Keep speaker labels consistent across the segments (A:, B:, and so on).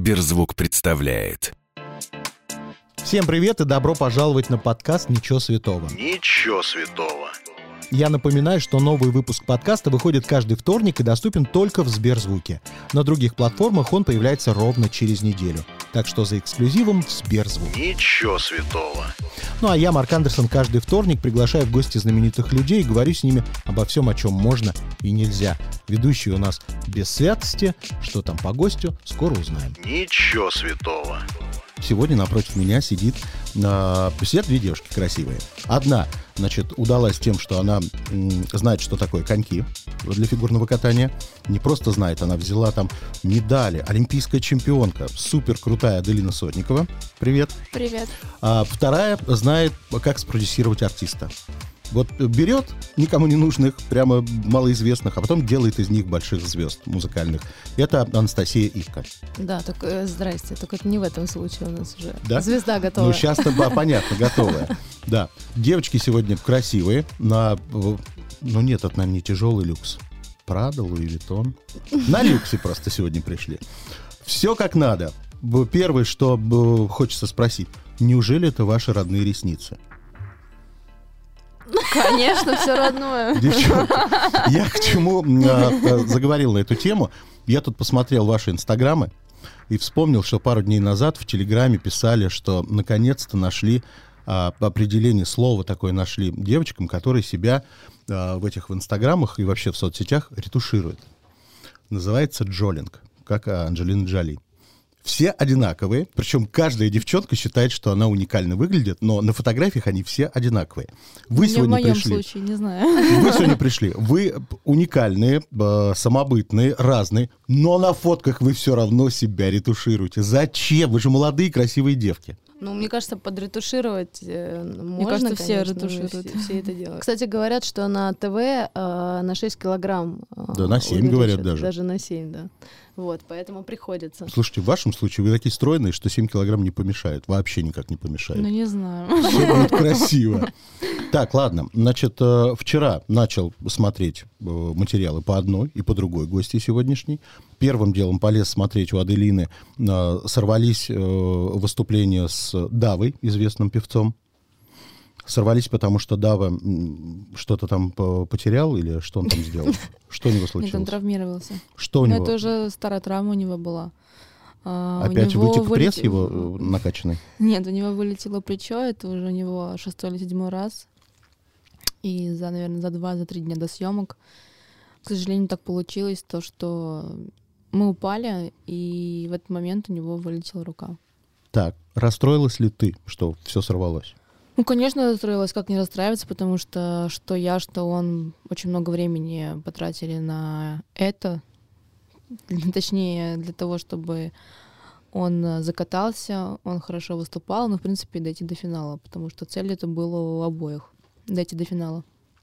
A: Сберзвук представляет.
B: Всем привет и добро пожаловать на подкаст «Ничего святого».
C: Ничего святого.
B: Я напоминаю, что новый выпуск подкаста выходит каждый вторник и доступен только в Сберзвуке. На других платформах он появляется ровно через неделю. Так что за эксклюзивом в Сберзвук.
C: Ничего святого.
B: Ну а я, Марк Андерсон, каждый вторник приглашаю в гости знаменитых людей и говорю с ними обо всем, о чем можно и нельзя. Ведущие у нас без святости. Что там по гостю, скоро узнаем.
C: Ничего святого.
B: Сегодня напротив меня сидят две девушки красивые. Одна, удалась тем, что она знает, что такое коньки для фигурного катания. Не просто знает, она взяла там медали. Олимпийская чемпионка, супер крутая Аделина Сотникова. Привет.
D: Привет.
B: А вторая знает, как спродюсировать артиста. Вот берет никому не нужных, прямо малоизвестных, а потом делает из них больших звезд музыкальных. Это Анастасия Ивка.
D: Да, только здрасте, только это не в этом случае у нас уже
B: звезда
D: готова.
B: Ну, сейчас-то, понятно, готовая. Да. Девочки сегодня красивые. Нет, это, наверное, не тяжелый люкс. Прада, Луи Виттон. На люксе просто сегодня пришли. Все как надо. Первое, что хочется спросить. Неужели это ваши родные ресницы?
D: Конечно, все родное.
B: Девчонки, я к чему заговорил на эту тему. Я тут посмотрел ваши инстаграмы и вспомнил, что пару дней назад в Телеграме писали, что наконец-то нашли определение слова такое нашли девочкам, которые себя в инстаграмах и вообще в соцсетях ретушируют. Называется джолинг, как Анджелина Джоли. Все одинаковые, причем каждая девчонка считает, что она уникально выглядит, но на фотографиях они все одинаковые. Вы
D: не
B: сегодня
D: в моем
B: пришли.
D: случае, не знаю.
B: Вы сегодня пришли. Вы уникальные, самобытные, разные, но на фотках вы все равно себя ретушируете. Зачем? Вы же молодые, красивые девки.
D: Ну, мне кажется, подретушировать можно.
E: Мне кажется, все
D: конечно,
E: ретушируют.
D: Все это делают. Кстати, говорят, что на ТВ на 6 килограмм.
B: Да, на 7 говорят даже.
D: Даже на 7, да. Вот, поэтому приходится.
B: Слушайте, в вашем случае вы такие стройные, что 7 килограмм не помешают. Вообще никак не помешают.
E: Ну, не знаю.
B: Все будет красиво. Так, ладно. Вчера начал смотреть материалы по одной и по другой гости сегодняшней. Первым делом полез смотреть у Аделины. Сорвались выступления с Давой, известным певцом. Сорвались, потому что Дава что-то там потерял или что он там сделал? Что у него случилось?
E: Нет, он травмировался.
B: Что у него?
E: Это уже старая травма у него была.
B: Опять вытек пресс его накачанный?
E: Нет, у него вылетело плечо, это уже у него 6-й или 7-й раз. И наверное, за 2-3 дня до съемок, к сожалению, так получилось, что мы упали, и в этот момент у него вылетела рука. Так,
B: расстроилась ли ты, что все сорвалось?
E: Ну, конечно, расстроилась, как не расстраиваться, потому что я, что он очень много времени потратили на это, точнее, для того, чтобы он закатался, он хорошо выступал, но, в принципе, дойти до финала, потому что цель это было у обоих, дойти до финала.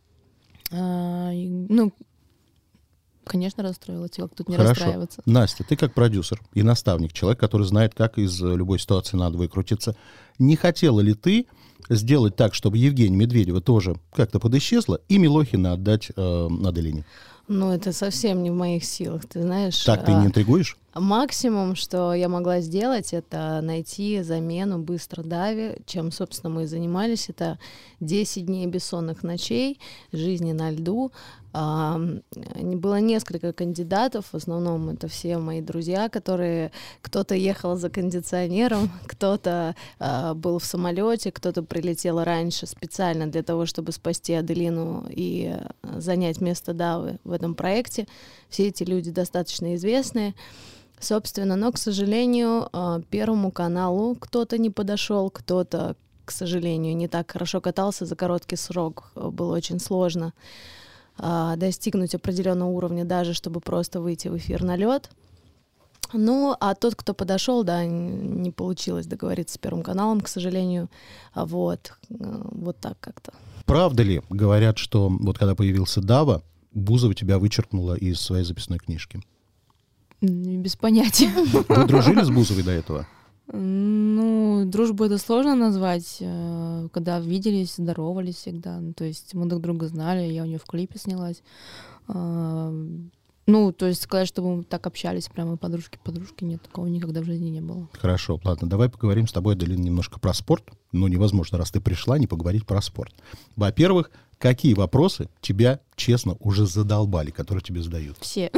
E: Конечно, расстроилась, как тут не расстраиваться.
B: Настя, ты как продюсер и наставник, человек, который знает, как из любой ситуации надо выкрутиться. Не хотела ли ты сделать так, чтобы Евгения Медведева тоже как-то подисчезла, и Милохина отдать Аделине?
D: Ну, это совсем не в моих силах, ты знаешь.
B: Так ты не интригуешь?
D: Максимум, что я могла сделать, это найти замену быстро Даве, чем, собственно, мы и занимались. Это 10 дней бессонных ночей, жизни на льду. Было несколько кандидатов, в основном это все мои друзья, кто-то ехал за кондиционером, кто-то был в самолете, кто-то прилетел раньше специально для того, чтобы спасти Аделину и занять место Давы в этом проекте. Все эти люди достаточно известные. Собственно, но, к сожалению, Первому каналу кто-то не подошел, кто-то, к сожалению, не так хорошо катался за короткий срок. Было очень сложно достигнуть определенного уровня, даже чтобы просто выйти в эфир на лед. Ну, а тот, кто подошел, да, не получилось договориться с Первым каналом, к сожалению. Вот так как-то.
B: Правда ли, говорят, что вот когда появился Дава, Бузова тебя вычеркнула из своей записной книжки?
E: Без понятия.
B: Вы дружили с Бузовой до этого?
E: Ну, дружбу это сложно назвать. Когда виделись, здоровались всегда. То есть мы друг друга знали, я у нее в клипе снялась. Ну, то есть сказать, что мы так общались, прямо подружки, нет, такого никогда в жизни не было.
B: Хорошо, ладно, давай поговорим с тобой, Аделина, немножко про спорт. Ну, невозможно, раз ты пришла, не поговорить про спорт. Во-первых, какие вопросы тебя, честно, уже задолбали, которые тебе задают?
E: Все.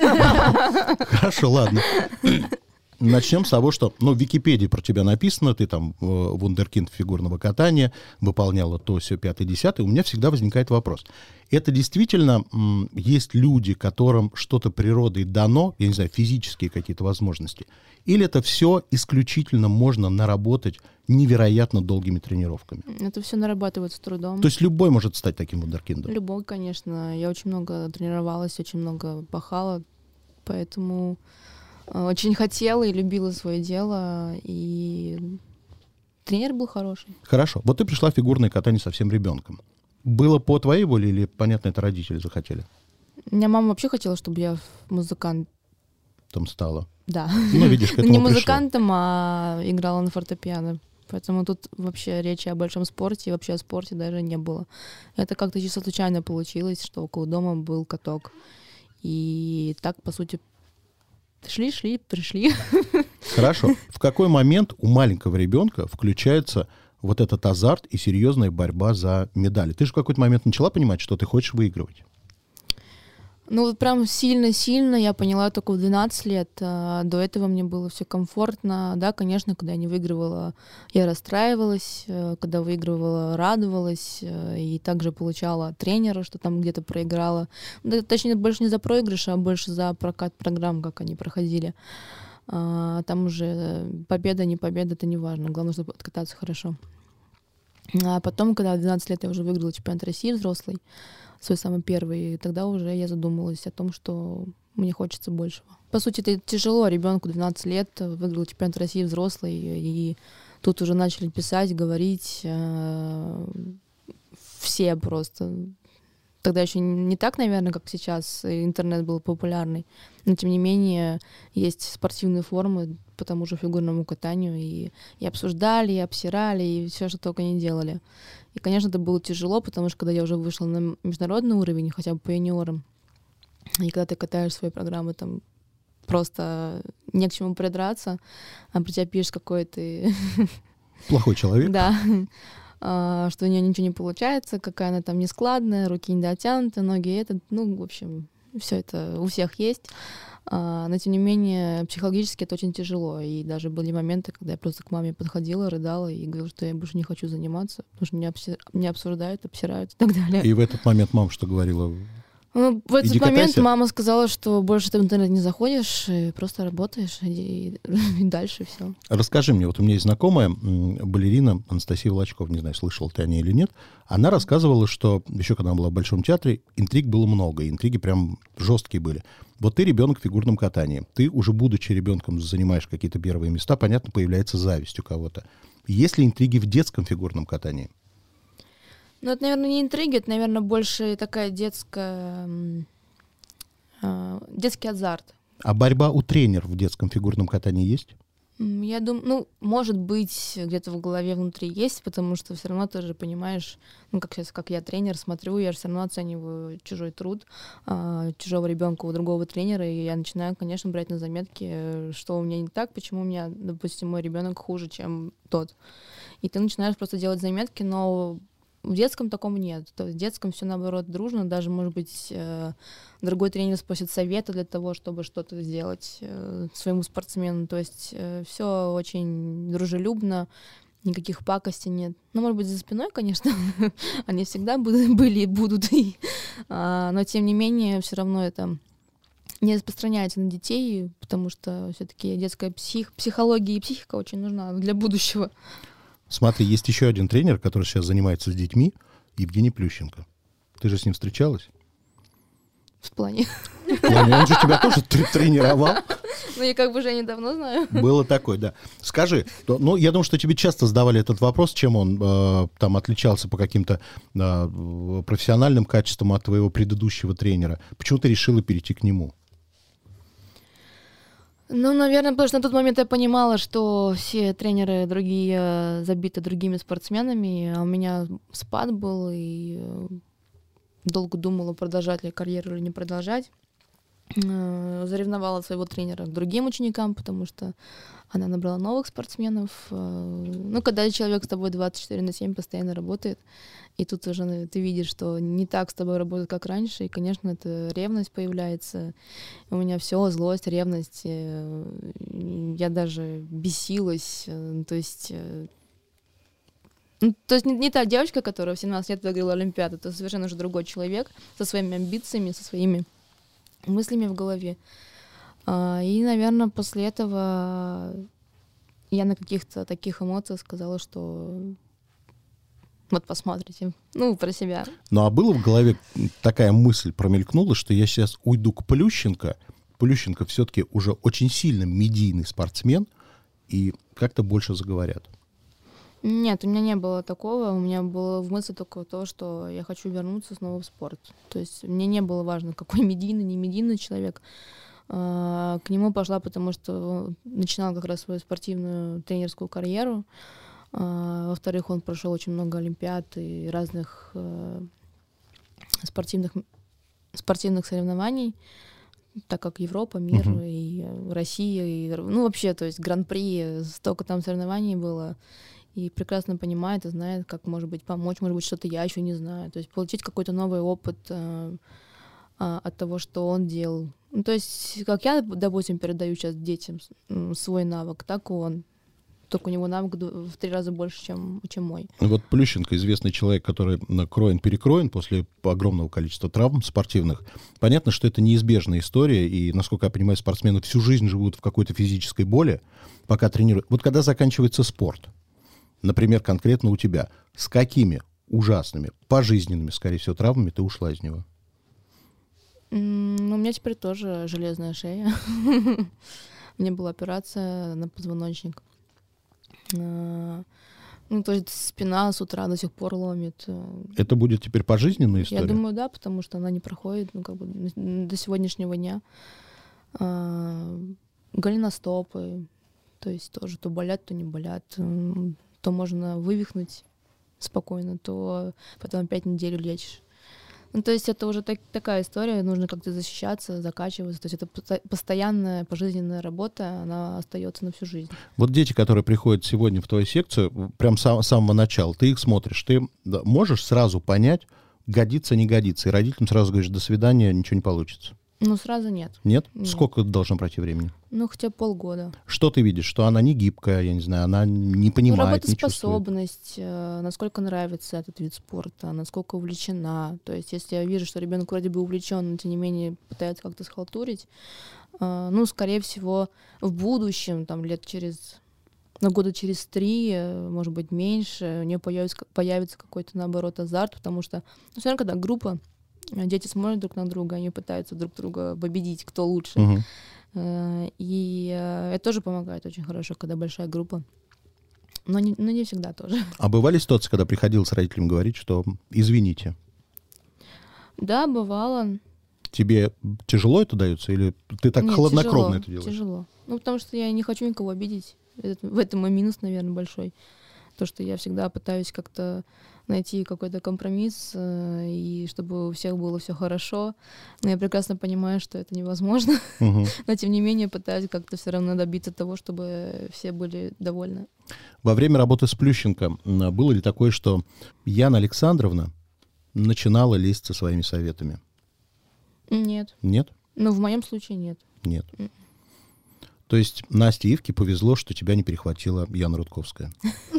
B: Хорошо, ладно. Начнем с того, что, в Википедии про тебя написано, ты там вундеркинд фигурного катания, выполняла то, сё, 5-10. У меня всегда возникает вопрос. Это действительно есть люди, которым что-то природой дано, я не знаю, физические какие-то возможности, или это все исключительно можно наработать невероятно долгими тренировками?
E: Это все нарабатывается трудом.
B: То есть любой может стать таким вундеркиндом?
E: Любой, конечно. Я очень много тренировалась, очень много пахала, поэтому очень хотела и любила свое дело, и тренер был хороший.
B: Хорошо. Вот ты пришла в фигурное катание совсем ребенком. Было по твоей воле или, понятно, это родители захотели?
E: У меня мама вообще хотела, чтобы я музыкант.
B: Там стала.
E: Да.
B: Ну, видишь, к этому
E: Не
B: пришло.
E: музыкантом, а играла на фортепиано. Поэтому тут вообще речи о большом спорте и вообще о спорте даже не было. Это как-то чисто случайно получилось, что около дома был каток. И так, по сути, шли, пришли.
B: Хорошо. В какой момент у маленького ребенка включается вот этот азарт и серьезная борьба за медали? Ты же в какой-то момент начала понимать, что ты хочешь выигрывать?
E: Ну, вот прям сильно-сильно я поняла только в 12 лет. До этого мне было все комфортно. Да, конечно, когда я не выигрывала, я расстраивалась. Когда выигрывала, радовалась. И также получала тренера, что там где-то проиграла. Да, точнее, больше не за проигрыш, а больше за прокат программ, как они проходили. Там уже победа, не победа, это не важно. Главное, чтобы откататься хорошо. А потом, когда в 12 лет я уже выиграла чемпионат России взрослый, свой самый первый, тогда уже я задумалась о том, что мне хочется большего. По сути, это тяжело. Ребенку 12 лет выиграл чемпионат России взрослый, и тут уже начали писать, говорить все просто. Тогда еще не так, наверное, как сейчас. Интернет был популярный. Но, тем не менее, есть спортивные форумы по тому же фигурному катанию. И обсуждали, и обсирали, и все, что только не делали. И, конечно, это было тяжело, потому что когда я уже вышла на международный уровень, хотя бы по юниорам, и когда ты катаешь свои программы, там просто не к чему придраться, а про тебя пишешь, какой ты...
B: Плохой человек?
E: Да. Что у нее ничего не получается, какая она там нескладная, руки не дотянуты, ноги это, в общем, все это у всех есть. Но, тем не менее, психологически это очень тяжело. И даже были моменты, когда я просто к маме подходила, рыдала и говорила, что я больше не хочу заниматься, потому что меня обсуждают, обсирают и так далее.
B: И в этот момент мама что говорила?
E: В этот
B: Иди
E: момент
B: катайся.
E: мама сказала, что больше ты в интернет не заходишь, и просто работаешь, и дальше все.
B: Расскажи мне, вот у меня есть знакомая балерина Анастасия Волочкова, не знаю, слышал ты о ней или нет, она рассказывала, что еще когда она была в Большом театре, интриг было много, и интриги прям жесткие были. Вот ты ребенок в фигурном катании, ты уже будучи ребенком занимаешь какие-то первые места, понятно, появляется зависть у кого-то. Есть ли интриги в детском фигурном катании?
E: Ну, это, наверное, не интриги, это, наверное, больше такая детский азарт.
B: А борьба у тренеров в детском фигурном катании есть?
E: Я думаю, может быть, где-то в голове внутри есть, потому что все равно ты же понимаешь, как сейчас, как я тренер, смотрю, я же все равно оцениваю чужой труд, чужого ребенка у другого тренера, и я начинаю, конечно, брать на заметки, что у меня не так, почему у меня, допустим, мой ребенок хуже, чем тот. И ты начинаешь просто делать заметки, но в детском такого нет. То есть в детском все наоборот дружно. Даже, может быть, другой тренер спросит совета для того, чтобы что-то сделать своему спортсмену. То есть все очень дружелюбно, никаких пакостей нет. Ну, может быть, за спиной, конечно, они всегда были и будут. Но, тем не менее, все равно это не распространяется на детей, потому что все-таки детская психология и психика очень нужна для будущего.
B: Смотри, есть еще один тренер, который сейчас занимается с детьми, Евгений Плющенко. Ты же с ним встречалась?
E: В плане.
B: Он же тебя тоже тренировал.
E: Ну, я как бы уже недавно знаю.
B: Было такое, да. Скажи, я думаю, что тебе часто задавали этот вопрос, чем он там отличался по каким-то профессиональным качествам от твоего предыдущего тренера. Почему ты решила перейти к нему?
E: Ну, наверное, потому что на тот момент я понимала, что все тренеры другие забиты другими спортсменами, а у меня спад был, и долго думала, продолжать ли карьеру или не продолжать. заревновала своего тренера к другим ученикам, потому что она набрала новых спортсменов. Ну, когда человек с тобой 24/7 постоянно работает, и тут уже ты видишь, что не так с тобой работают, как раньше, и, конечно, это ревность появляется. У меня все, злость, ревность. Я даже бесилась. То есть не та девочка, которая в 17 лет выиграла Олимпиаду, это совершенно уже другой человек со своими амбициями, со своими мыслями в голове. И, наверное, после этого я на каких-то таких эмоциях сказала, что вот посмотрите, про себя.
B: Ну, а было в голове такая мысль промелькнула, что я сейчас уйду к Плющенко. Плющенко все-таки уже очень сильно медийный спортсмен, и как-то больше заговорят.
E: Нет, у меня не было такого. У меня было в мысли только то, что я хочу вернуться снова в спорт. То есть мне не было важно, какой медийный, не медийный человек. К нему пошла, потому что начинал как раз свою спортивную тренерскую карьеру. Во-вторых, он прошел очень много олимпиад и разных спортивных соревнований, так как Европа, мир и Россия, и, вообще, то есть гран-при, столько там соревнований было. И прекрасно понимает и знает, как, может быть, помочь, может быть, что-то я еще не знаю. То есть получить какой-то новый опыт от того, что он делал. То есть, как я, допустим, передаю сейчас детям свой навык, так и он. Только у него навык в 3 раза больше, чем мой.
B: Вот Плющенко, известный человек, который кроен-перекроен после огромного количества травм спортивных. Понятно, что это неизбежная история, и, насколько я понимаю, спортсмены всю жизнь живут в какой-то физической боли, пока тренируют. Вот когда заканчивается спорт, например, конкретно у тебя, с какими ужасными, пожизненными, скорее всего, травмами ты ушла из него?
E: У меня теперь тоже железная шея. У меня была операция на позвоночник. То есть спина с утра до сих пор ломит.
B: Это будет теперь пожизненная история?
E: Я думаю, да, потому что она не проходит до сегодняшнего дня. Голеностопы, то есть тоже то болят, то не болят. То можно вывихнуть спокойно, то потом 5 недель лечишь. То есть это уже такая история, нужно как-то защищаться, закачиваться. То есть это постоянная пожизненная работа, она остается на всю жизнь.
B: Вот дети, которые приходят сегодня в твою секцию, прям с самого начала, ты их смотришь, ты можешь сразу понять, годится, не годится, и родителям сразу говоришь: до свидания, ничего не получится?
E: Сразу нет.
B: Нет?
E: Нет.
B: Сколько должно пройти времени?
E: Хотя бы полгода.
B: Что ты видишь? Что она не гибкая, я не знаю, она не понимает, не чувствует?
E: Работоспособность, насколько нравится этот вид спорта, насколько увлечена. То есть если я вижу, что ребенок вроде бы увлечен, но тем не менее пытается как-то схалтурить, скорее всего, в будущем, года через 3, может быть, меньше, у нее появится какой-то, наоборот, азарт, потому что, все равно, когда группа, дети смотрят друг на друга, они пытаются друг друга победить, кто лучше.
B: Угу.
E: И это тоже помогает очень хорошо, когда большая группа. Но не всегда тоже. А
B: бывали ситуации, когда приходилось родителям говорить, что извините?
E: Да, бывало.
B: Тебе тяжело это дается, или ты так хладнокровно это делаешь?
E: Тяжело. Потому что я не хочу никого обидеть. В этом мой минус, наверное, большой. То, что я всегда пытаюсь как-то найти какой-то компромисс, и чтобы у всех было все хорошо. Но я прекрасно понимаю, что это невозможно. Но, тем не менее, пытаюсь как-то все равно добиться того, чтобы все были довольны.
B: Во время работы с Плющенко было ли такое, что Яна Александровна начинала лезть со своими советами?
E: Нет.
B: Нет?
E: В моем случае нет.
B: Нет. То есть Насте Ивке повезло, что тебя не перехватила Яна Рудковская.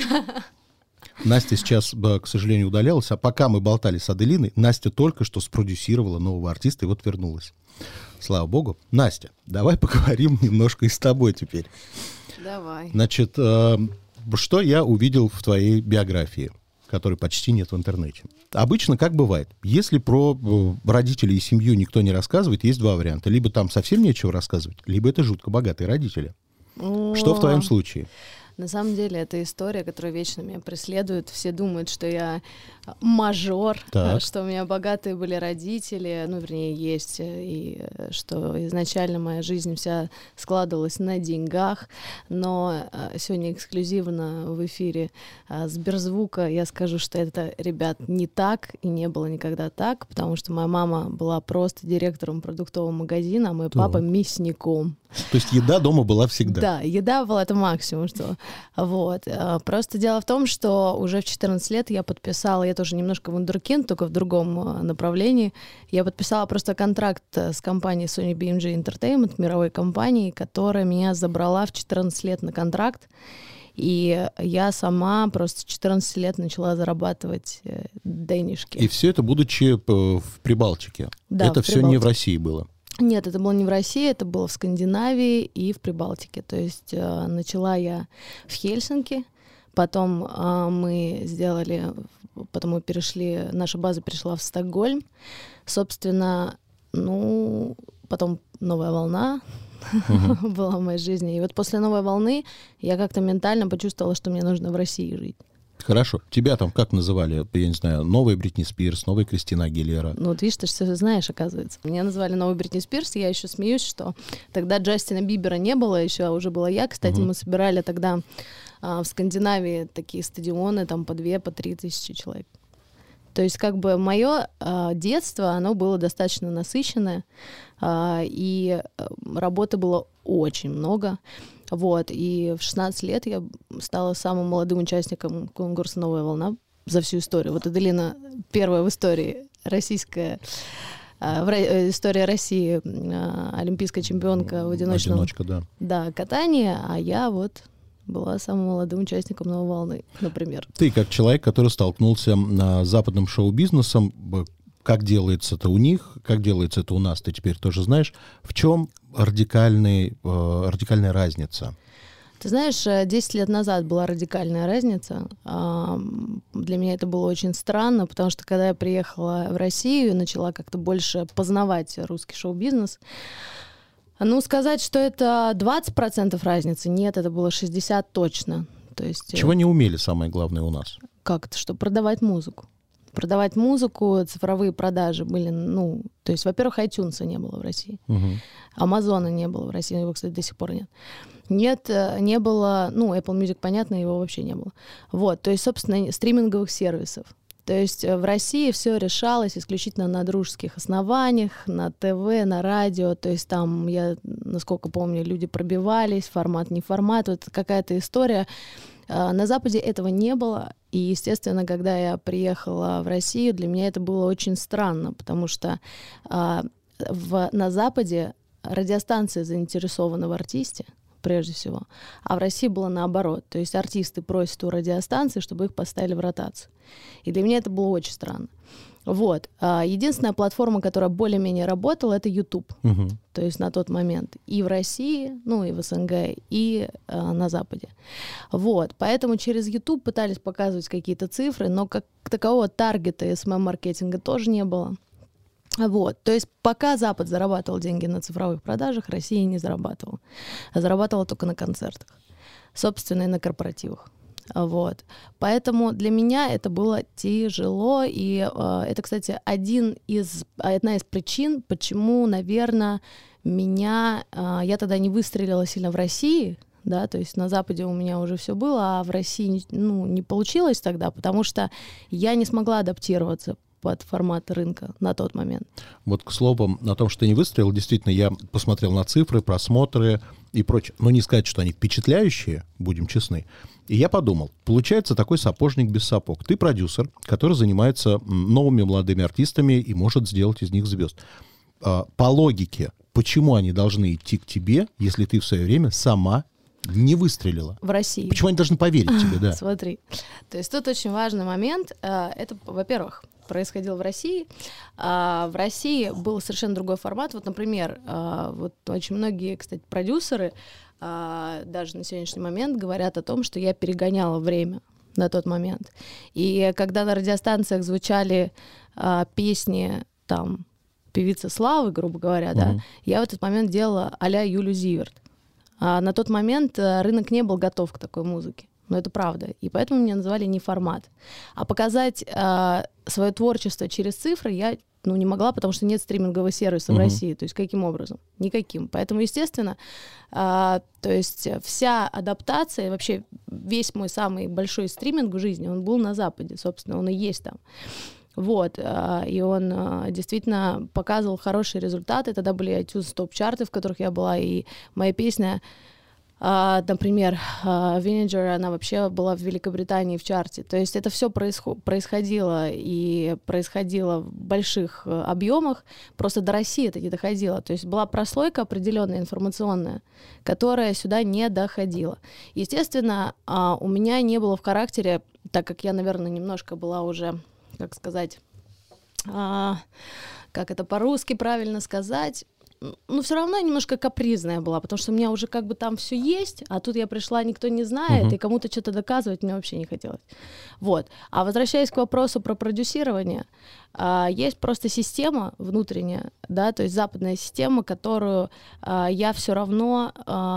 B: Настя сейчас, к сожалению, удалялась, а пока мы болтали с Аделиной, Настя только что спродюсировала нового артиста и вот вернулась. Слава богу. Настя, давай поговорим немножко и с тобой теперь.
D: Давай.
B: Значит, что я увидел в твоей биографии, которой почти нет в интернете? Обычно как бывает? Если про родителей и семью никто не рассказывает, есть 2 варианта. Либо там совсем нечего рассказывать, либо это жутко богатые родители. Что в твоем случае?
D: На самом деле, это история, которая вечно меня преследует. Все думают, что я мажор,
B: Так.
D: что у меня богатые были родители, ну, вернее, есть, и что изначально моя жизнь вся складывалась на деньгах. Но сегодня эксклюзивно в эфире Сберзвука я скажу, что это, ребят, не так и не было никогда так, потому что моя мама была просто директором продуктового магазина, а мой папа мясником.
B: То есть еда дома была всегда?
D: Да, еда была это максимум, что... Вот. Просто дело в том, что уже в 14 лет я подписала, я тоже немножко вундеркинд, только в другом направлении, я подписала просто контракт с компанией Sony BMG Entertainment, мировой компанией, которая меня забрала в 14 лет на контракт. И я сама просто 14 лет начала зарабатывать денежки.
B: И все это, будучи в Прибалтике?
D: Да,
B: это
D: в
B: все не в России было?
D: Нет, это было не в России, это было в Скандинавии и в Прибалтике. То есть начала я в Хельсинки, потом мы перешли, наша база перешла в Стокгольм. Собственно, потом новая волна была в моей жизни. И вот после новой волны я как-то ментально почувствовала, что мне нужно в России жить.
B: Хорошо. Тебя там как называли? Я не знаю, новая Бритни Спирс, новая Кристина Агилера?
D: Ну вот видишь, ты же все знаешь, оказывается. Меня называли новой Бритни Спирс, я еще смеюсь, что тогда Джастина Бибера не было, еще уже была я. Кстати, мы собирали тогда в Скандинавии такие стадионы, там по 2, по 3 тысячи человек. То есть как бы мое детство, оно было достаточно насыщенное, и работы было очень много. Вот, и в 16 лет я стала самым молодым участником конкурса «Новая волна» за всю историю. Вот Аделина первая в истории российская, история России, олимпийская чемпионка в одиночном катании, а я вот была самым молодым участником «Новой волны», например.
B: Ты, как человек, который столкнулся с западным шоу-бизнесом, как делается это у них, как делается это у нас, ты теперь тоже знаешь. В чем радикальная разница?
D: Ты знаешь, 10 лет назад была радикальная разница. Для меня это было очень странно, потому что когда я приехала в Россию и начала как-то больше познавать русский шоу-бизнес, сказать, что это 20% разницы, нет, это было 60% точно. То есть,
B: чего не умели, самое главное, у нас?
D: Как-то, что продавать музыку. Продавать музыку, цифровые продажи были, то есть, во-первых, iTunes не было в России, Амазона не было в России, его, кстати, до сих пор нет. Нет, не было, Apple Music, понятно, его вообще не было. Вот, то есть, собственно, стриминговых сервисов. То есть в России все решалось исключительно на дружеских основаниях, на ТВ, на радио. То есть там, я, насколько помню, люди пробивались, формат, не формат. Вот какая-то история. На Западе этого не было. И, естественно, когда я приехала в Россию, для меня это было очень странно, потому что на Западе радиостанция заинтересована в артисте, прежде всего, а в России было наоборот. То есть артисты просят у радиостанции, чтобы их поставили в ротацию. И для меня это было очень странно. Вот. Единственная платформа, которая более-менее работала, это YouTube. То есть на тот момент и в России, и в СНГ, и на Западе. Вот. Поэтому через YouTube пытались показывать какие-то цифры, но как такового таргета SMM-маркетинга тоже не было. Вот. То есть пока Запад зарабатывал деньги на цифровых продажах, Россия не зарабатывала. А зарабатывала только на концертах. Собственно, и на корпоративах. Вот. Поэтому для меня это было тяжело. И это, кстати, одна из причин, почему, наверное, я тогда не выстрелила сильно в России. Да, то есть на Западе у меня уже все было, а в России не получилось тогда, потому что я не смогла адаптироваться под формат рынка на тот момент. Вот, к слову, о том, что ты не выстрелил, действительно, я посмотрел на цифры, просмотры и прочее. Но не сказать, что они впечатляющие, будем честны. И я подумал, получается такой сапожник без сапог. Ты продюсер, который занимается новыми молодыми артистами и может сделать из них звезд. По логике, почему они должны идти к тебе, если ты в свое время сама не выстрелила? В России. Почему они должны поверить тебе, да? Смотри, то есть тут очень важный момент. Это, во-первых, происходило в России. В России был совершенно другой формат. Вот, например, вот очень многие, кстати, продюсеры даже на сегодняшний момент говорят о том, что я перегоняла время на тот момент. И когда на радиостанциях звучали песни певицы Славы, грубо говоря, да, я в этот момент делала а-ля Юлю Зиверт. на тот момент рынок не был готов к такой музыке. Но это правда. И поэтому меня называли не формат. А показать свое творчество через цифры я не могла, потому что нет стримингового сервиса в России. То есть каким образом? Никаким. Поэтому, естественно, то есть вся адаптация, вообще весь мой самый большой стриминг в жизни, он был на Западе, собственно, он и есть там. Вот, и он действительно показывал хорошие результаты. Тогда были iTunes топ-чарты, в которых я была, и моя песня, например, Vinegar, она вообще была в Великобритании в чарте. То есть это все происходило в больших объемах, просто до России это не доходило. То есть была прослойка определенная информационная, которая сюда не доходила. Естественно, у меня не было в характере, так как я, наверное, немножко была уже, как сказать, как это по-русски правильно сказать, но все равно немножко капризная была, потому что у меня уже как бы там все есть, а тут я пришла, никто не знает, и кому-то что-то доказывать мне вообще не хотелось. Вот. А возвращаясь к вопросу про продюсирование, есть просто система внутренняя, да, то есть западная система, которую я все равно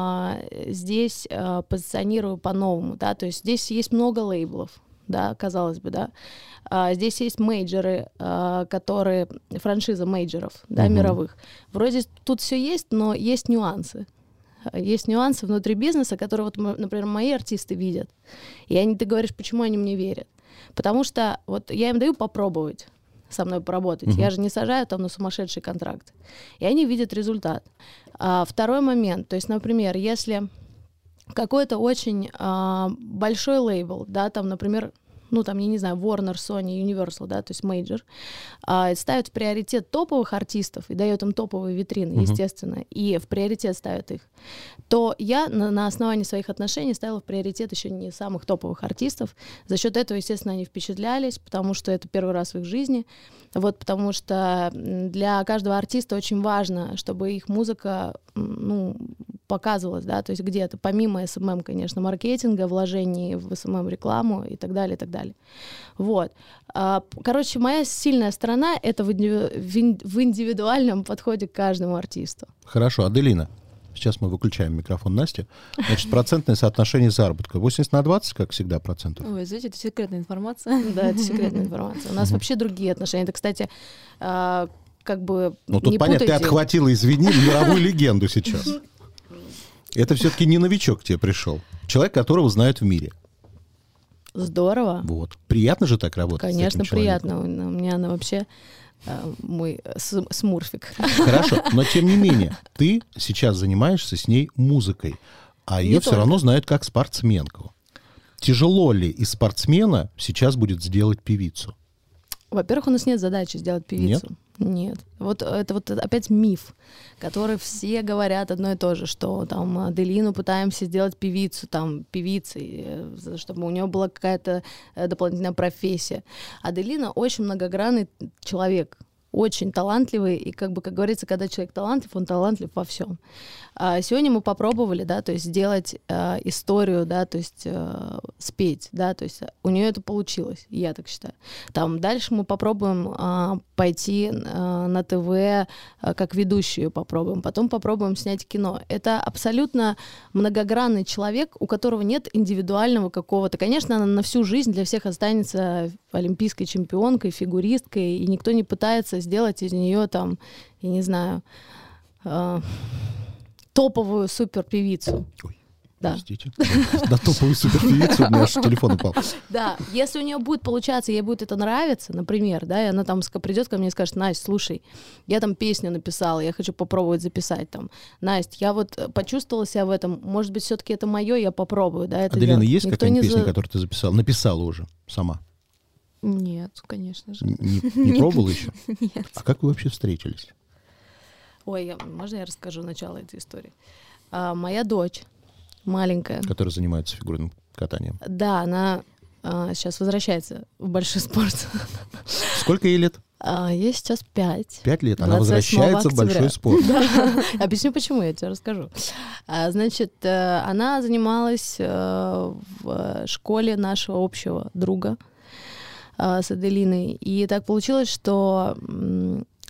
D: здесь позиционирую по-новому, да, то есть здесь есть много лейблов, да, казалось бы, да. Здесь есть мейджоры, которые, франшиза мейджоров, да, мировых. Вроде тут все есть, но есть нюансы. Есть нюансы внутри бизнеса, которые, вот, например, мои артисты видят. И ты говоришь, почему они мне верят? Потому что вот я им даю попробовать со мной поработать. Я же не сажаю там на сумасшедший контракт. И они видят результат. Второй момент, то есть, например, если какой-то очень большой лейбл, да, там, например, я не знаю, Warner, Sony, Universal, да, то есть мейджор, ставит в приоритет топовых артистов и дает им топовые витрины, естественно, и в приоритет ставит их, то я на основании своих отношений ставила в приоритет еще не самых топовых артистов. За счет этого, естественно, они впечатлялись, потому что это первый раз в их жизни, вот, потому что для каждого артиста очень важно, чтобы их музыка, показывалась, да, то есть где-то, помимо СММ, конечно, маркетинга, вложений в СММ рекламу и так далее, и так далее. Вот. Короче, моя сильная сторона — это в индивидуальном подходе к каждому артисту.
B: Хорошо, Аделина. Сейчас мы выключаем микрофон Насти. Значит, процентное соотношение заработка. 80/20, как всегда, процентов?
E: Ой, знаете, это секретная информация.
D: Да, это секретная информация. У нас вообще другие отношения. Это, кстати, как бы
B: тут
D: не
B: понятно,
D: путайте.
B: ты отхватила, извини, мировую легенду сейчас. Это все-таки не новичок к тебе пришел. Человек, которого знают в мире.
D: Здорово.
B: Вот. Приятно же так работать?
D: Конечно,
B: с таким человеком?
D: приятно. У меня она вообще мой смурфик.
B: Хорошо, но тем не менее, ты сейчас занимаешься с ней музыкой, а ее все равно знают как спортсменку. Тяжело ли из спортсмена сейчас будет сделать певицу?
D: Во-первых, у нас нет задачи сделать певицу. Нет. Вот это вот опять миф, который все говорят одно и то же, что там Аделину пытаемся сделать певицу, там, певицей, чтобы у нее была какая-то дополнительная профессия. Аделина очень многогранный человек, очень талантливый, и как говорится, когда человек талантлив, он талантлив во всем. Сегодня мы попробовали, да, то есть сделать историю, да, то есть спеть, да, то есть у нее это получилось, я так считаю. Там дальше мы попробуем пойти на ТВ как ведущую попробуем, потом попробуем снять кино. Это абсолютно многогранный человек, у которого нет индивидуального какого-то. Конечно, она на всю жизнь для всех останется олимпийской чемпионкой, фигуристкой, и никто не пытается сделать из нее там, я не знаю, топовую суперпевицу.
B: Ой,
D: да.
B: Простите. На топовую суперпевицу у меня аж телефон упал.
D: Да, если у нее будет получаться, ей будет это нравиться, например, да, и она там придет ко мне и скажет: Настя, слушай, я там песню написала, я хочу попробовать записать там. Настя, я вот почувствовала себя в этом, может быть, все-таки это мое, я попробую, да, это
B: Аделина,
D: делать.
B: есть
D: Никто
B: какая-нибудь
D: не
B: песня, которую ты записала? Написала уже сама?
E: Нет, конечно же.
B: Не пробовала еще?
E: Нет.
B: А как вы вообще встретились?
D: Ой, можно я расскажу начало этой истории? Моя дочь, маленькая.
B: Которая занимается фигурным катанием.
D: Да, она сейчас возвращается в большой спорт.
B: Сколько ей лет?
D: Ей сейчас 5.
B: 5 лет. Она возвращается в большой спорт.
D: Да. Объясню, почему, я тебе расскажу. Значит, она занималась в школе нашего общего друга с Аделиной. И так получилось, что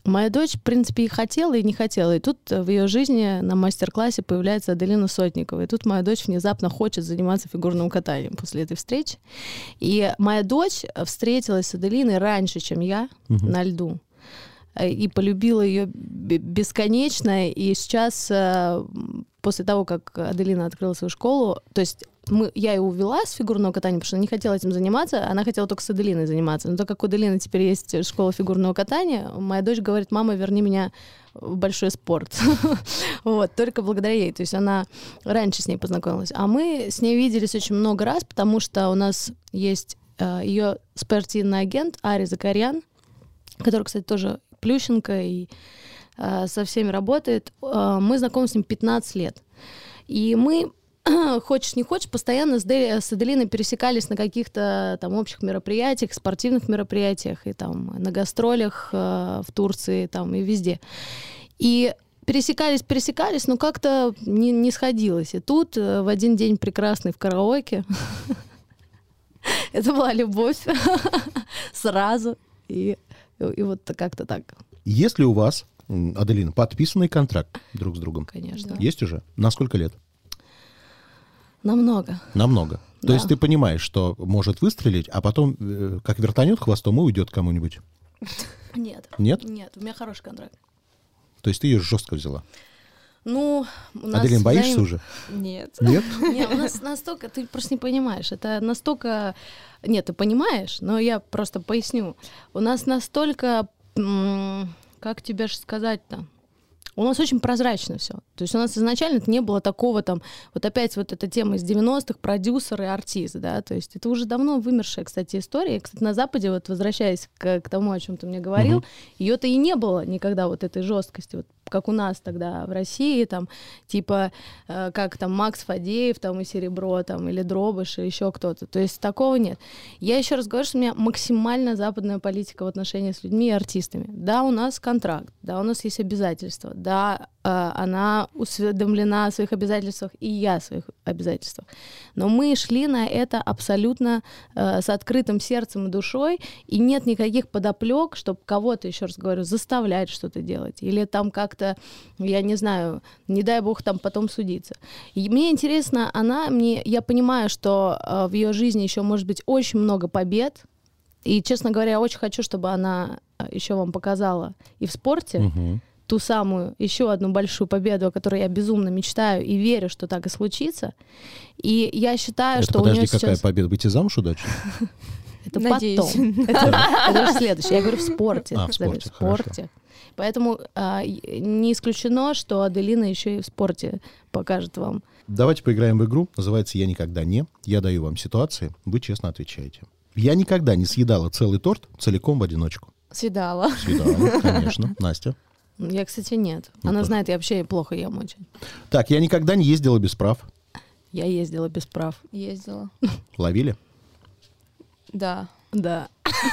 D: Моя дочь, в принципе, и хотела, и не хотела. И тут в ее жизни на мастер-классе появляется Аделина Сотникова. И тут моя дочь внезапно хочет заниматься фигурным катанием после этой встречи. И моя дочь встретилась с Аделиной раньше, чем я, на льду. И полюбила ее бесконечно. И сейчас, после того, как Аделина открыла свою школу, то есть я ее увела с фигурного катания, потому что она не хотела этим заниматься, она хотела только с Аделиной заниматься. Но так как у Аделины теперь есть школа фигурного катания, моя дочь говорит: мама, верни меня в большой спорт. Вот, только благодаря ей. То есть она раньше с ней познакомилась. А мы с ней виделись очень много раз, потому что у нас есть ее спортивный агент Ари Закарьян, который, кстати, тоже Плющенко и со всеми работает. Мы знакомы с ним 15 лет. И мы, хочешь не хочешь, постоянно с Аделиной пересекались на каких-то там общих мероприятиях, спортивных мероприятиях, и там на гастролях в Турции, там и везде. И пересекались, но как-то не сходилось. И тут в один день прекрасный в караоке это была любовь сразу. И вот как-то так.
B: Есть ли у вас, Аделина, подписанный контракт друг с другом?
D: Конечно.
B: Есть уже? На сколько лет?
D: Намного.
B: Намного.
D: Да.
B: То есть ты понимаешь, что может выстрелить, а потом, как вертанет хвостом, и уйдет кому-нибудь?
D: Нет.
B: Нет?
D: Нет, у меня хороший контракт.
B: То есть ты ее жестко взяла?
D: Ну, у нас...
B: Аделин, боишься уже?
E: Нет.
B: Нет?
D: Нет, у нас настолько... Ты просто не понимаешь. Это настолько... Нет, ты понимаешь, но я просто поясню. У нас настолько... Как тебе же сказать-то? У нас очень прозрачно все. То есть у нас изначально не было такого там... Вот опять вот эта тема из 90-х, продюсер и артист, да? То есть это уже давно вымершая, кстати, история. Кстати, на Западе, вот возвращаясь к тому, о чем ты мне говорил, ее-то и не было никогда вот этой жесткости. Вот как у нас тогда в России, там, типа, как там Макс Фадеев, там, и Серебро, там, или Дробыш, и еще кто-то. То есть такого нет. Я еще раз говорю, что у меня максимально западная политика в отношении с людьми и артистами. Да, у нас контракт, да, у нас есть обязательства, да, она усведомлена о своих обязательствах, и я о своих обязательствах. Но мы шли на это абсолютно с открытым сердцем и душой, и нет никаких подоплек, чтобы кого-то, еще раз говорю, заставлять что-то делать, или там как-то, я не знаю, не дай бог там потом судиться. И мне интересно, я понимаю, что в ее жизни еще может быть очень много побед, и, честно говоря, я очень хочу, чтобы она еще вам показала и в спорте, ту самую еще одну большую победу, о которой я безумно мечтаю и верю, что так и случится. И я считаю,
B: Это
D: что у нее сейчас...
B: какая победа? Выйти замуж удачно?
D: Это
E: Надеюсь.
D: потом. Это уже следующее. Я говорю в спорте.
B: В спорте, хорошо.
D: Поэтому не исключено, что Аделина еще и в спорте покажет вам.
B: Давайте поиграем в игру. Называется «Я никогда не». Я даю вам ситуации, вы честно отвечаете. Я никогда не съедала целый торт целиком в одиночку.
E: Съедала.
B: Съедала, конечно. Настя?
D: Я, кстати, нет. Она знает, я вообще плохо ем очень.
B: Так, я никогда не ездила без прав.
D: Я ездила без прав.
E: Ездила.
B: Ловили?
E: Да.
D: Да.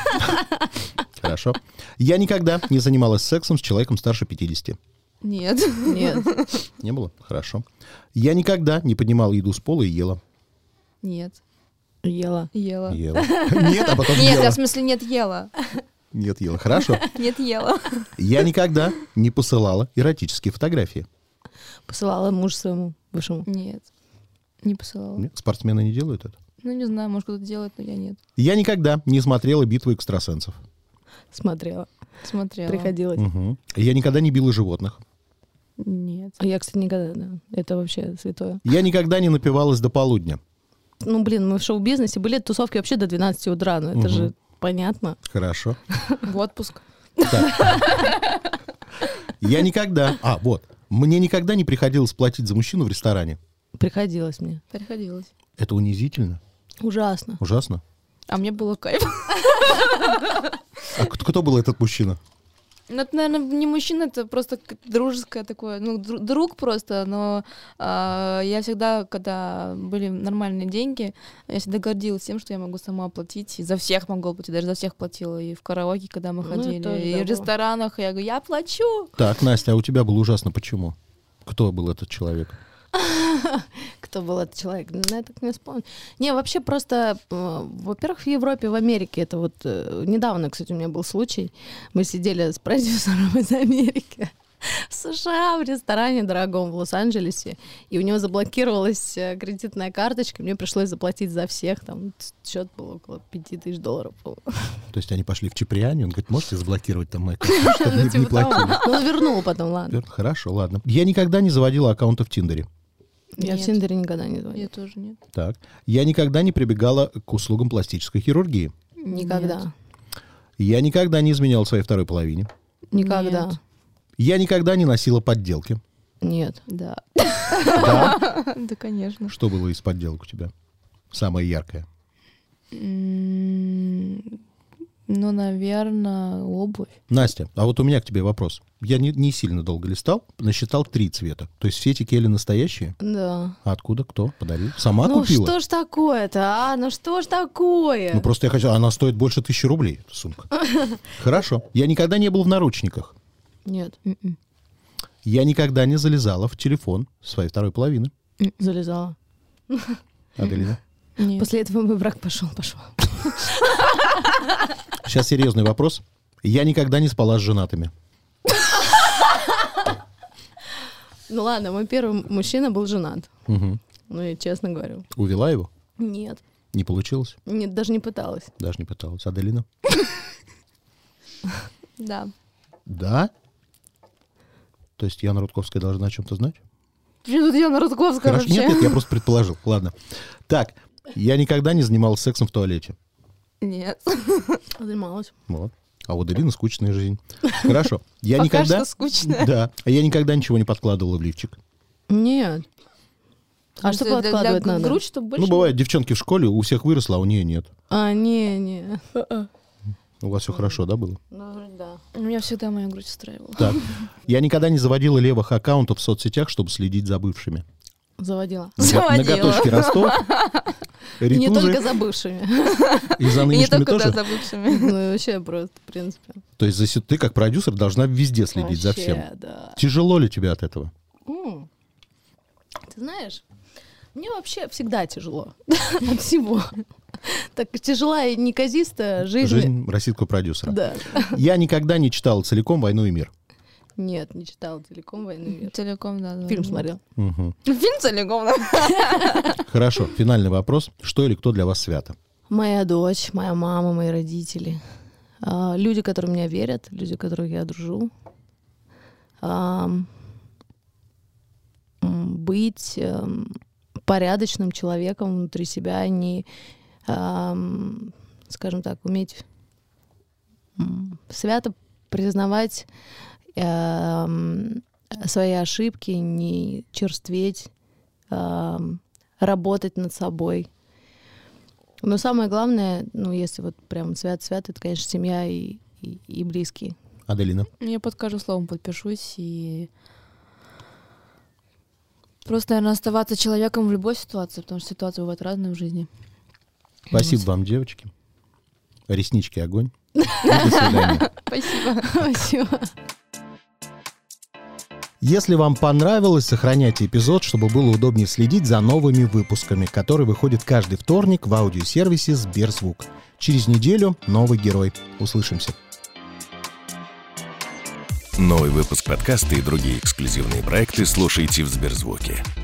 B: Хорошо. Я никогда не занималась сексом с человеком старше 50.
E: Нет.
D: Нет.
B: Не было? Хорошо. Я никогда не поднимала еду с пола и ела.
E: Нет.
D: Ела.
E: Ела.
B: Ела. Нет, а потом
E: Нет,
B: ела.
E: я в смысле нет ела.
B: Нет, ела. Хорошо.
E: Нет ела.
B: Я никогда не посылала эротические фотографии.
D: Посылала мужу своему бывшему.
E: Нет. Не посылала.
B: Нет, спортсмены не делают это.
E: Ну, не знаю, может, кто-то делает, но я нет.
B: Я никогда не смотрела «Битву экстрасенсов».
D: Смотрела.
E: Смотрела.
D: Приходилось.
B: Мгм. Я никогда не била животных.
E: Нет.
D: А я, кстати, никогда, да. Это вообще святое.
B: Я никогда не напивалась до полудня.
D: Ну, блин, мы в шоу-бизнесе были тусовки вообще до 12 утра. Ну, это же понятно.
B: Хорошо.
E: В отпуск.
B: Так. Я никогда... Мне никогда не приходилось платить за мужчину в ресторане.
D: Приходилось мне.
E: Приходилось.
B: Это унизительно.
D: Ужасно.
B: Ужасно.
E: А мне было кайф.
B: А кто был этот мужчина?
E: Ну, это, наверное, не мужчина, это просто дружеское такое, ну, друг просто, но я всегда, когда были нормальные деньги, я всегда гордилась тем, что я могу сама оплатить, и за всех могу оплатить, даже за всех платила, и в караоке, когда мы ходили,
D: тоже,
E: и
D: да,
E: в ресторанах, я говорю, я плачу.
B: Так, Настя, а у тебя было ужасно. Почему? Кто был этот человек?
D: Кто был этот человек? Я так не вспомню. Не, вообще просто, во-первых, в Европе, в Америке, это вот недавно, кстати, у меня был случай, мы сидели с продюсером из Америки в США, в ресторане дорогом в Лос-Анджелесе, и у него заблокировалась кредитная карточка, мне пришлось заплатить за всех, там счет был около $5000.
B: То есть они пошли в Чиприане, он говорит, можете заблокировать там мою карточку, чтобы не платили?
D: Ну, он вернул потом, ладно.
B: Хорошо, ладно. Я никогда не заводила аккаунта в Тиндере.
D: Я в Тиндере никогда не звонила.
E: Я тоже нет.
B: Так. Я никогда не прибегала к услугам пластической хирургии.
D: Никогда.
B: Я никогда не изменяла своей второй половине.
D: Никогда.
E: Нет.
B: Я никогда не носила подделки.
D: Нет.
E: Да.
B: Да?
E: Да, конечно.
B: Что было из подделок у тебя? Самое яркое.
E: Ну, наверное, обувь.
B: Настя, а вот у меня к тебе вопрос. Я не сильно долго листал, насчитал 3 цвета. То есть все эти кели настоящие?
D: Да.
B: А откуда? Кто? Подарил? Сама
D: Ну
B: купила?
D: что ж такое-то, а? Ну что ж такое?
B: Ну просто я хотел... Она стоит больше 1000 рублей, эта сумка. Хорошо. Я никогда не был в наручниках.
D: Нет.
B: Я никогда не залезала в телефон своей второй половины.
D: Залезала.
B: Аделина?
E: Нет.
D: После этого мой брак пошел.
B: Сейчас серьезный вопрос. Я никогда не спала с женатыми.
D: Ну ладно, мой первый мужчина был женат.
B: Угу.
D: Ну, я честно говорю.
B: Увела его?
D: Нет.
B: Не получилось?
D: Нет, даже не пыталась.
B: Даже не пыталась. Аделина?
E: Да.
B: Да? То есть Яна Рудковская должна о чем-то знать?
E: Почему тут Яна Рудковская
B: Хорошо.
E: вообще?
B: Нет, я просто предположил. Ладно. Так, я никогда не занималась сексом в туалете.
E: Нет.
D: Занималась.
B: Вот. А у Аделины скучная жизнь. Хорошо. Я
E: Пока
B: никогда...
E: что скучная.
B: Да. А я никогда ничего не подкладывала в лифчик.
D: Нет. А что подкладывать
E: для
D: надо?
E: грудь, чтобы больше...
B: Ну, бывает, девчонки в школе, у всех выросло, а у нее нет.
D: А, не.
B: У вас все хорошо, да, было?
D: Ну, да.
E: Меня всегда моя грудь устраивала.
B: Так. Я никогда не заводила левых аккаунтов в соцсетях, чтобы следить за бывшими.
D: Заводила.
B: Ноготочки Ростов.
D: Не только
B: Ритузы.
D: за бывшими.
B: И за
E: И не
B: нынешними
E: только
B: тоже?
E: за бывшими.
D: Ну, и вообще просто, в принципе.
B: То есть ты, как продюсер, должна везде следить за всем.
D: Вообще, да.
B: Тяжело ли тебе от этого?
D: Ты знаешь, мне вообще всегда тяжело от всего. Так тяжела и неказистая жизнь.
B: Жизнь российского продюсера.
D: Да.
B: Я никогда не читал целиком «Войну и мир».
D: Нет, не читала целиком «Войну и мир».
E: Целиком, да.
D: Фильм смотрел.
B: Мгм.
E: Фильм целиком, да.
B: Хорошо, финальный вопрос. Что или кто для вас свято?
D: Моя дочь, моя мама, мои родители. Люди, которые в меня верят, люди, которых я дружу. Быть порядочным человеком внутри себя, не, скажем так, уметь свято признавать свои ошибки, не черстветь, работать над собой. Но самое главное, ну, если вот прям свят-свят, это, конечно, семья и близкие.
B: Аделина?
E: Я под каждым словом подпишусь и просто, наверное, оставаться человеком в любой ситуации, потому что ситуации бывают разные в жизни.
B: Спасибо вам, девочки. Реснички огонь. И до свидания.
E: Спасибо.
D: Спасибо.
B: Если вам понравилось, сохраняйте эпизод, чтобы было удобнее следить за новыми выпусками, которые выходят каждый вторник в аудиосервисе Сберзвук. Через неделю новый герой. Услышимся.
A: Новый выпуск подкаста и другие эксклюзивные проекты слушайте в Сберзвуке.